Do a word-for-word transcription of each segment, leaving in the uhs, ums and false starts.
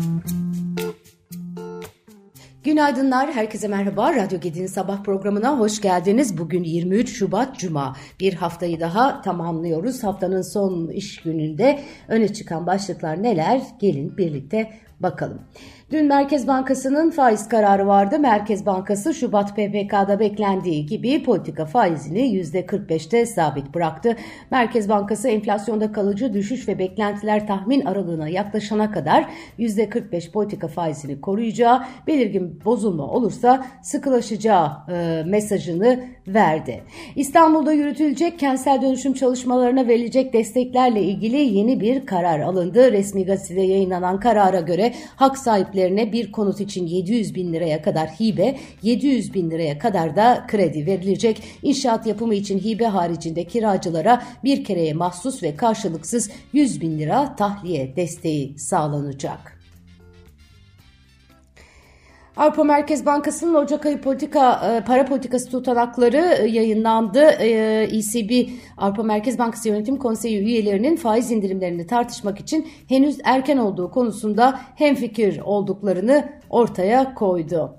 Günaydınlar, herkese merhaba. Radyo Gedi'nin sabah programına hoş geldiniz. Bugün yirmi üç Şubat Cuma. Bir haftayı daha tamamlıyoruz. Haftanın son iş gününde öne çıkan başlıklar neler? Gelin birlikte bakalım. Dün Merkez Bankası'nın faiz kararı vardı. Merkez Bankası Şubat P P K'da beklendiği gibi politika faizini yüzde kırk beşte sabit bıraktı. Merkez Bankası enflasyonda kalıcı düşüş ve beklentiler tahmin aralığına yaklaşana kadar yüzde kırk beş politika faizini koruyacağı, belirgin bozulma olursa sıkılaşacağı e, mesajını verdi. İstanbul'da yürütülecek kentsel dönüşüm çalışmalarına verilecek desteklerle ilgili yeni bir karar alındı. Resmi gazetede yayınlanan karara göre hak sahipleri bir konut için yedi yüz bin liraya kadar hibe, yedi yüz bin liraya kadar da kredi verilecek. İnşaat yapımı için hibe haricinde kiracılara bir kereye mahsus ve karşılıksız yüz bin lira tahliye desteği sağlanacak. Avrupa Merkez Bankası'nın Ocak ayı politika para politikası tutanakları yayınlandı. E C B, Avrupa Merkez Bankası Yönetim Konseyi üyelerinin faiz indirimlerini tartışmak için henüz erken olduğu konusunda hemfikir olduklarını ortaya koydu.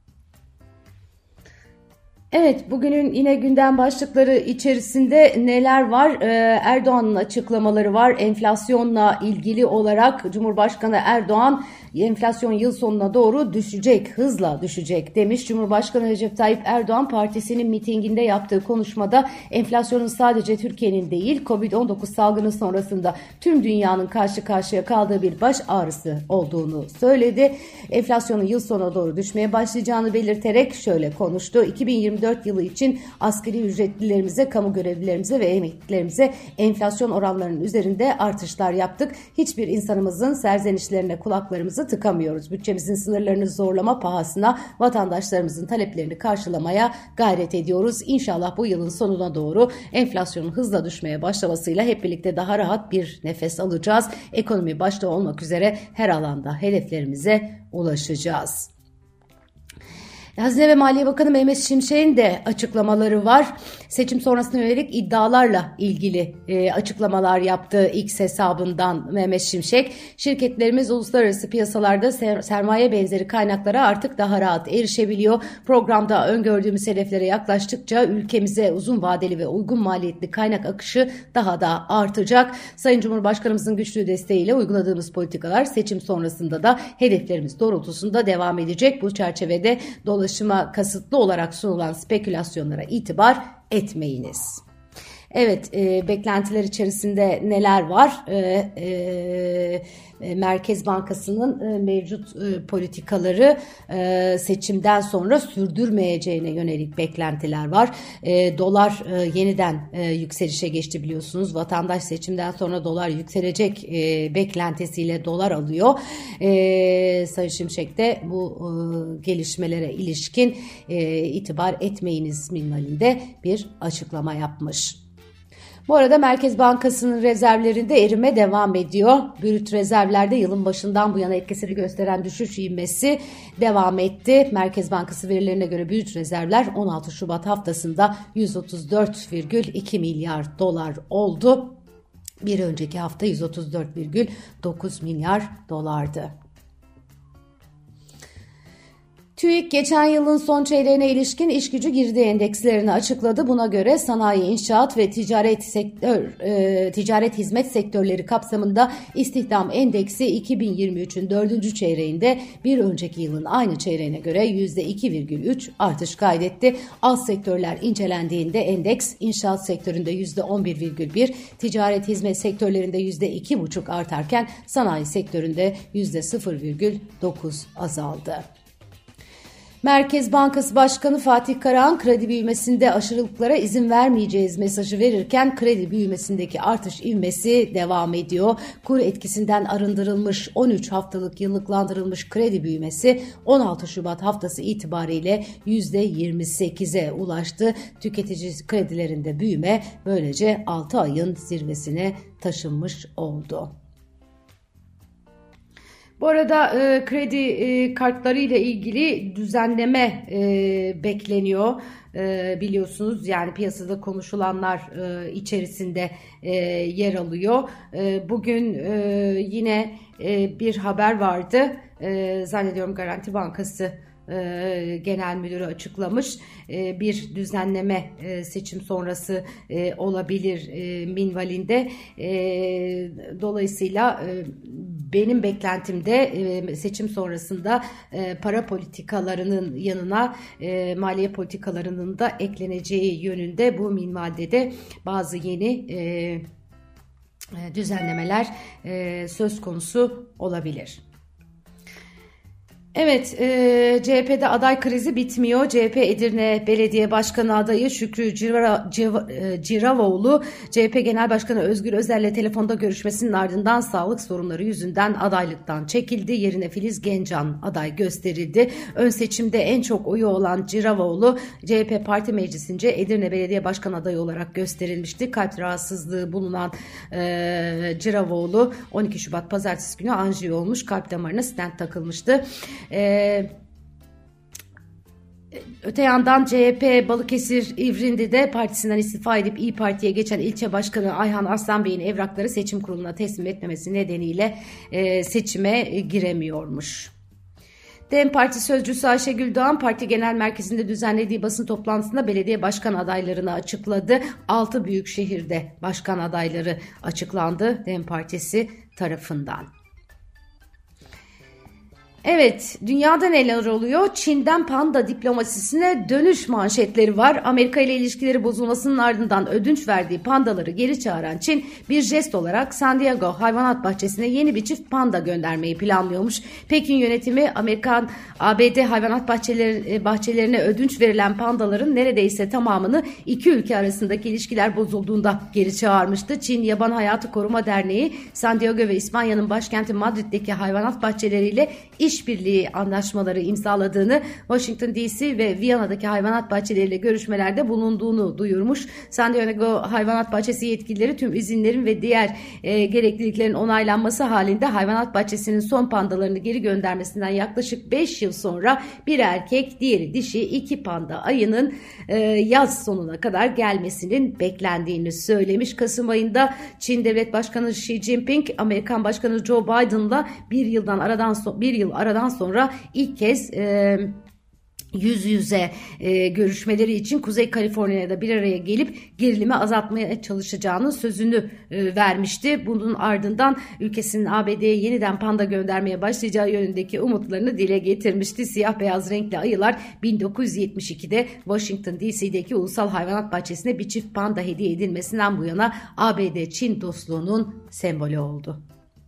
Evet, bugünün yine gündem başlıkları içerisinde neler var? Ee, Erdoğan'ın açıklamaları var. Enflasyonla ilgili olarak Cumhurbaşkanı Erdoğan enflasyon yıl sonuna doğru düşecek, hızla düşecek demiş. Cumhurbaşkanı Recep Tayyip Erdoğan partisinin mitinginde yaptığı konuşmada enflasyonun sadece Türkiye'nin değil, kovid on dokuz salgını sonrasında tüm dünyanın karşı karşıya kaldığı bir baş ağrısı olduğunu söyledi. Enflasyonun yıl sonuna doğru düşmeye başlayacağını belirterek şöyle konuştu. iki bin yirmi dört yılı için asgari ücretlilerimize, kamu görevlilerimize ve emeklilerimize enflasyon oranlarının üzerinde artışlar yaptık. Hiçbir insanımızın serzenişlerine kulaklarımızı tıkamıyoruz. Bütçemizin sınırlarını zorlama pahasına vatandaşlarımızın taleplerini karşılamaya gayret ediyoruz. İnşallah bu yılın sonuna doğru enflasyonun hızla düşmeye başlamasıyla hep birlikte daha rahat bir nefes alacağız. Ekonomi başta olmak üzere her alanda hedeflerimize ulaşacağız. Hazine ve Maliye Bakanı Mehmet Şimşek'in de açıklamaları var. Seçim sonrasına yönelik iddialarla ilgili e, açıklamalar yaptığı X hesabından Mehmet Şimşek, şirketlerimiz uluslararası piyasalarda ser- sermaye benzeri kaynaklara artık daha rahat erişebiliyor. Programda öngördüğümüz hedeflere yaklaştıkça ülkemize uzun vadeli ve uygun maliyetli kaynak akışı daha da artacak. Sayın Cumhurbaşkanımızın güçlü desteğiyle uyguladığımız politikalar seçim sonrasında da hedeflerimiz doğrultusunda devam edecek. Bu çerçevede dolayısıyla ulaşıma kasıtlı olarak sunulan spekülasyonlara itibar etmeyiniz. Evet, e, beklentiler içerisinde neler var? E, e, Merkez Bankası'nın e, mevcut e, politikaları e, seçimden sonra sürdürmeyeceğine yönelik beklentiler var. E, dolar e, yeniden e, yükselişe geçti biliyorsunuz. Vatandaş seçimden sonra dolar yükselecek e, beklentisiyle dolar alıyor. E, Sayın Şimşek de bu e, gelişmelere ilişkin e, itibar etmeyiniz minvalinde bir açıklama yapmış. Bu arada Merkez Bankası'nın rezervlerinde erime devam ediyor. Brüt rezervlerde yılın başından bu yana etkisini gösteren düşüş ivmesi devam etti. Merkez Bankası verilerine göre brüt rezervler on altı Şubat haftasında yüz otuz dört virgül iki milyar dolar oldu. Bir önceki hafta yüz otuz dört virgül dokuz milyar dolardı. TÜİK geçen yılın son çeyreğine ilişkin işgücü girdi endekslerini açıkladı. Buna göre sanayi, inşaat ve ticaret sektör, e, ticaret hizmet sektörleri kapsamında istihdam endeksi iki bin yirmi üçün dördüncü çeyreğinde bir önceki yılın aynı çeyreğine göre yüzde iki virgül üç artış kaydetti. Alt sektörler incelendiğinde endeks inşaat sektöründe yüzde on bir virgül bir, ticaret hizmet sektörlerinde yüzde iki virgül beş artarken sanayi sektöründe yüzde sıfır virgül dokuz azaldı. Merkez Bankası Başkanı Fatih Karahan kredi büyümesinde aşırılıklara izin vermeyeceğiz mesajı verirken kredi büyümesindeki artış ivmesi devam ediyor. Kur etkisinden arındırılmış on üç haftalık yıllıklandırılmış kredi büyümesi on altı Şubat haftası itibariyle yüzde yirmi sekize ulaştı. Tüketici kredilerinde büyüme böylece altı ayın zirvesine taşınmış oldu. Bu arada e, kredi e, kartları ile ilgili düzenleme e, bekleniyor. E, biliyorsunuz, yani piyasada konuşulanlar e, içerisinde e, yer alıyor. E, bugün e, yine e, bir haber vardı. E, zannediyorum Garanti Bankası E, Genel Müdürü açıklamış, e, bir düzenleme e, seçim sonrası e, olabilir e, minvalinde. E, dolayısıyla e, benim beklentimde e, seçim sonrasında e, para politikalarının yanına e, maliye politikalarının da ekleneceği yönünde, bu minvalde de bazı yeni e, düzenlemeler e, söz konusu olabilir. Evet, e, C H P'de aday krizi bitmiyor. C H P Edirne Belediye Başkanı adayı Şükrü Cira, Civa, e, Ciravoğlu, C H P Genel Başkanı Özgür Özel'le telefonda görüşmesinin ardından sağlık sorunları yüzünden adaylıktan çekildi. Yerine Filiz Gencan aday gösterildi. Ön seçimde en çok oyu olan Ciravoğlu, C H P Parti Meclisi'nce Edirne Belediye Başkanı adayı olarak gösterilmişti. Kalp rahatsızlığı bulunan e, Ciravoğlu on iki Şubat Pazartesi günü anjiyo olmuş, kalp damarına stent takılmıştı. Ee, öte yandan C H P Balıkesir İvrindi'de partisinden istifa edip İYİ Parti'ye geçen ilçe başkanı Ayhan Arslan Bey'in evrakları seçim kuruluna teslim etmemesi nedeniyle e, seçime giremiyormuş. DEM Parti sözcüsü Ayşegül Doğan, parti genel merkezinde düzenlediği basın toplantısında belediye başkan adaylarını açıkladı. altı büyük şehirde başkan adayları açıklandı DEM Partisi tarafından. Evet, dünyada neler oluyor? Çin'den panda diplomasisine dönüş manşetleri var. Amerika ile ilişkileri bozulmasının ardından ödünç verdiği pandaları geri çağıran Çin, bir jest olarak San Diego Hayvanat Bahçesi'ne yeni bir çift panda göndermeyi planlıyormuş. Pekin yönetimi Amerikan A B D hayvanat bahçeleri, bahçelerine ödünç verilen pandaların neredeyse tamamını iki ülke arasındaki ilişkiler bozulduğunda geri çağırmıştı. Çin Yaban Hayatı Koruma Derneği, San Diego ve İspanya'nın başkenti Madrid'deki hayvanat bahçeleriyle iş işbirliği anlaşmaları imzaladığını, Washington D C ve Viyana'daki hayvanat bahçeleriyle görüşmelerde bulunduğunu duyurmuş. San Diego Hayvanat Bahçesi yetkilileri tüm izinlerin ve diğer e, gerekliliklerin onaylanması halinde hayvanat bahçesinin son pandalarını geri göndermesinden yaklaşık beş yıl sonra bir erkek, diğeri dişi iki panda ayının e, yaz sonuna kadar gelmesinin beklendiğini söylemiş. Kasım ayında Çin Devlet Başkanı Xi Jinping, Amerikan Başkanı Joe Biden'la bir yıldan aradan so- bir yıl aradan sonra ilk kez e, yüz yüze e, görüşmeleri için Kuzey Kaliforniya'da bir araya gelip gerilimi azaltmaya çalışacağını sözünü e, vermişti. Bunun ardından ülkesinin A B D'ye yeniden panda göndermeye başlayacağı yönündeki umutlarını dile getirmişti. Siyah beyaz renkli ayılar bin dokuz yüz yetmiş ikide Washington D C'deki Ulusal Hayvanat Bahçesi'ne bir çift panda hediye edilmesinden bu yana A B D-Çin dostluğunun sembolü oldu.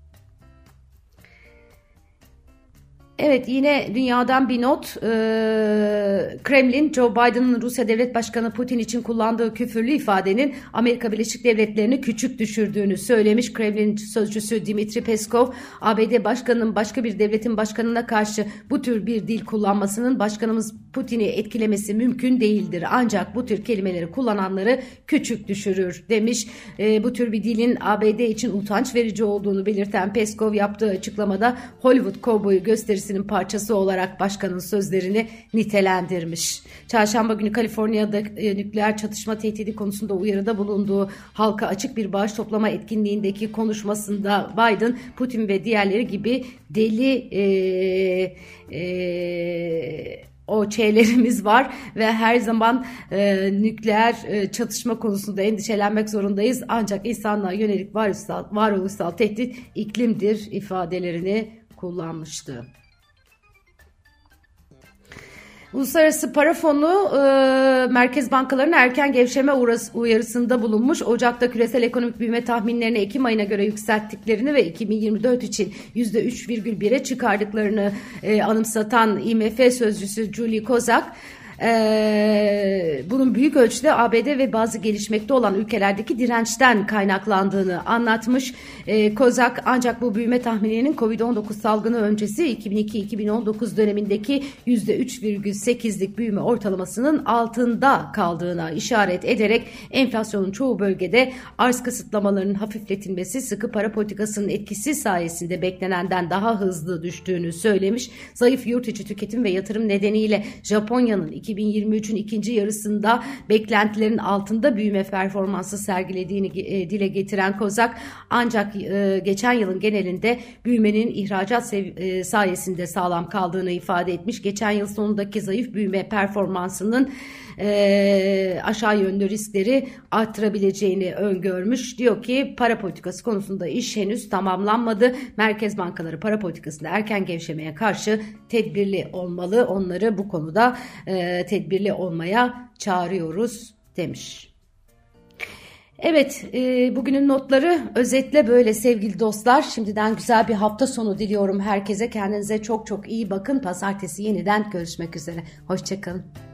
Evet, yine dünyadan bir not. Ee, Kremlin, Joe Biden'ın Rusya Devlet Başkanı Putin için kullandığı küfürlü ifadenin Amerika Birleşik Devletleri'ni küçük düşürdüğünü söylemiş. Kremlin sözcüsü Dmitri Peskov, A B D Başkanı'nın başka bir devletin başkanına karşı bu tür bir dil kullanmasının başkanımız Putin'i etkilemesi mümkün değildir. Ancak bu tür kelimeleri kullananları küçük düşürür demiş. Ee, bu tür bir dilin A B D için utanç verici olduğunu belirten Peskov yaptığı açıklamada Hollywood kovboyu gösterisi parçası olarak başkanın sözlerini nitelendirmiş. Çarşamba günü Kaliforniya'da e, nükleer çatışma tehdidi konusunda uyarıda bulunduğu halka açık bir bağış toplama etkinliğindeki konuşmasında Biden, Putin ve diğerleri gibi deli e, e, o şeylerimiz var ve her zaman e, nükleer e, çatışma konusunda endişelenmek zorundayız. Ancak insanlığa yönelik varoluşsal, varoluşsal tehdit iklimdir ifadelerini kullanmıştı. Uluslararası Para Fonu e, merkez bankalarına erken gevşeme uyarısında bulunmuş. Ocak'ta küresel ekonomik büyüme tahminlerini Ekim ayına göre yükselttiklerini ve iki bin yirmi dört için yüzde üç virgül bire çıkardıklarını e, anımsatan I M F sözcüsü Julie Kozak, Ee, bunun büyük ölçüde A B D ve bazı gelişmekte olan ülkelerdeki dirençten kaynaklandığını anlatmış. Ee, Kozak ancak bu büyüme tahmininin kovid on dokuz salgını öncesi iki bin iki iki bin on dokuz dönemindeki yüzde üç virgül sekizlik büyüme ortalamasının altında kaldığına işaret ederek enflasyonun çoğu bölgede arz kısıtlamalarının hafifletilmesi, sıkı para politikasının etkisi sayesinde beklenenden daha hızlı düştüğünü söylemiş. Zayıf yurt içi tüketim ve yatırım nedeniyle Japonya'nın iki bin yirmi üçün ikinci yarısında beklentilerin altında büyüme performansı sergilediğini e, dile getiren Kozak, ancak e, geçen yılın genelinde büyümenin ihracat e, sayesinde sağlam kaldığını ifade etmiş. Geçen yıl sonundaki zayıf büyüme performansının e, aşağı yönlü riskleri arttırabileceğini öngörmüş. Diyor ki para politikası konusunda iş henüz tamamlanmadı. Merkez bankaları para politikasında erken gevşemeye karşı tedbirli olmalı. Onları bu konuda e, tedbirli olmaya çağırıyoruz demiş. Evet, e, bugünün notları özetle böyle sevgili dostlar. Şimdiden güzel bir hafta sonu diliyorum herkese. Kendinize çok çok iyi bakın. Pazartesi yeniden görüşmek üzere. Hoşça kalın.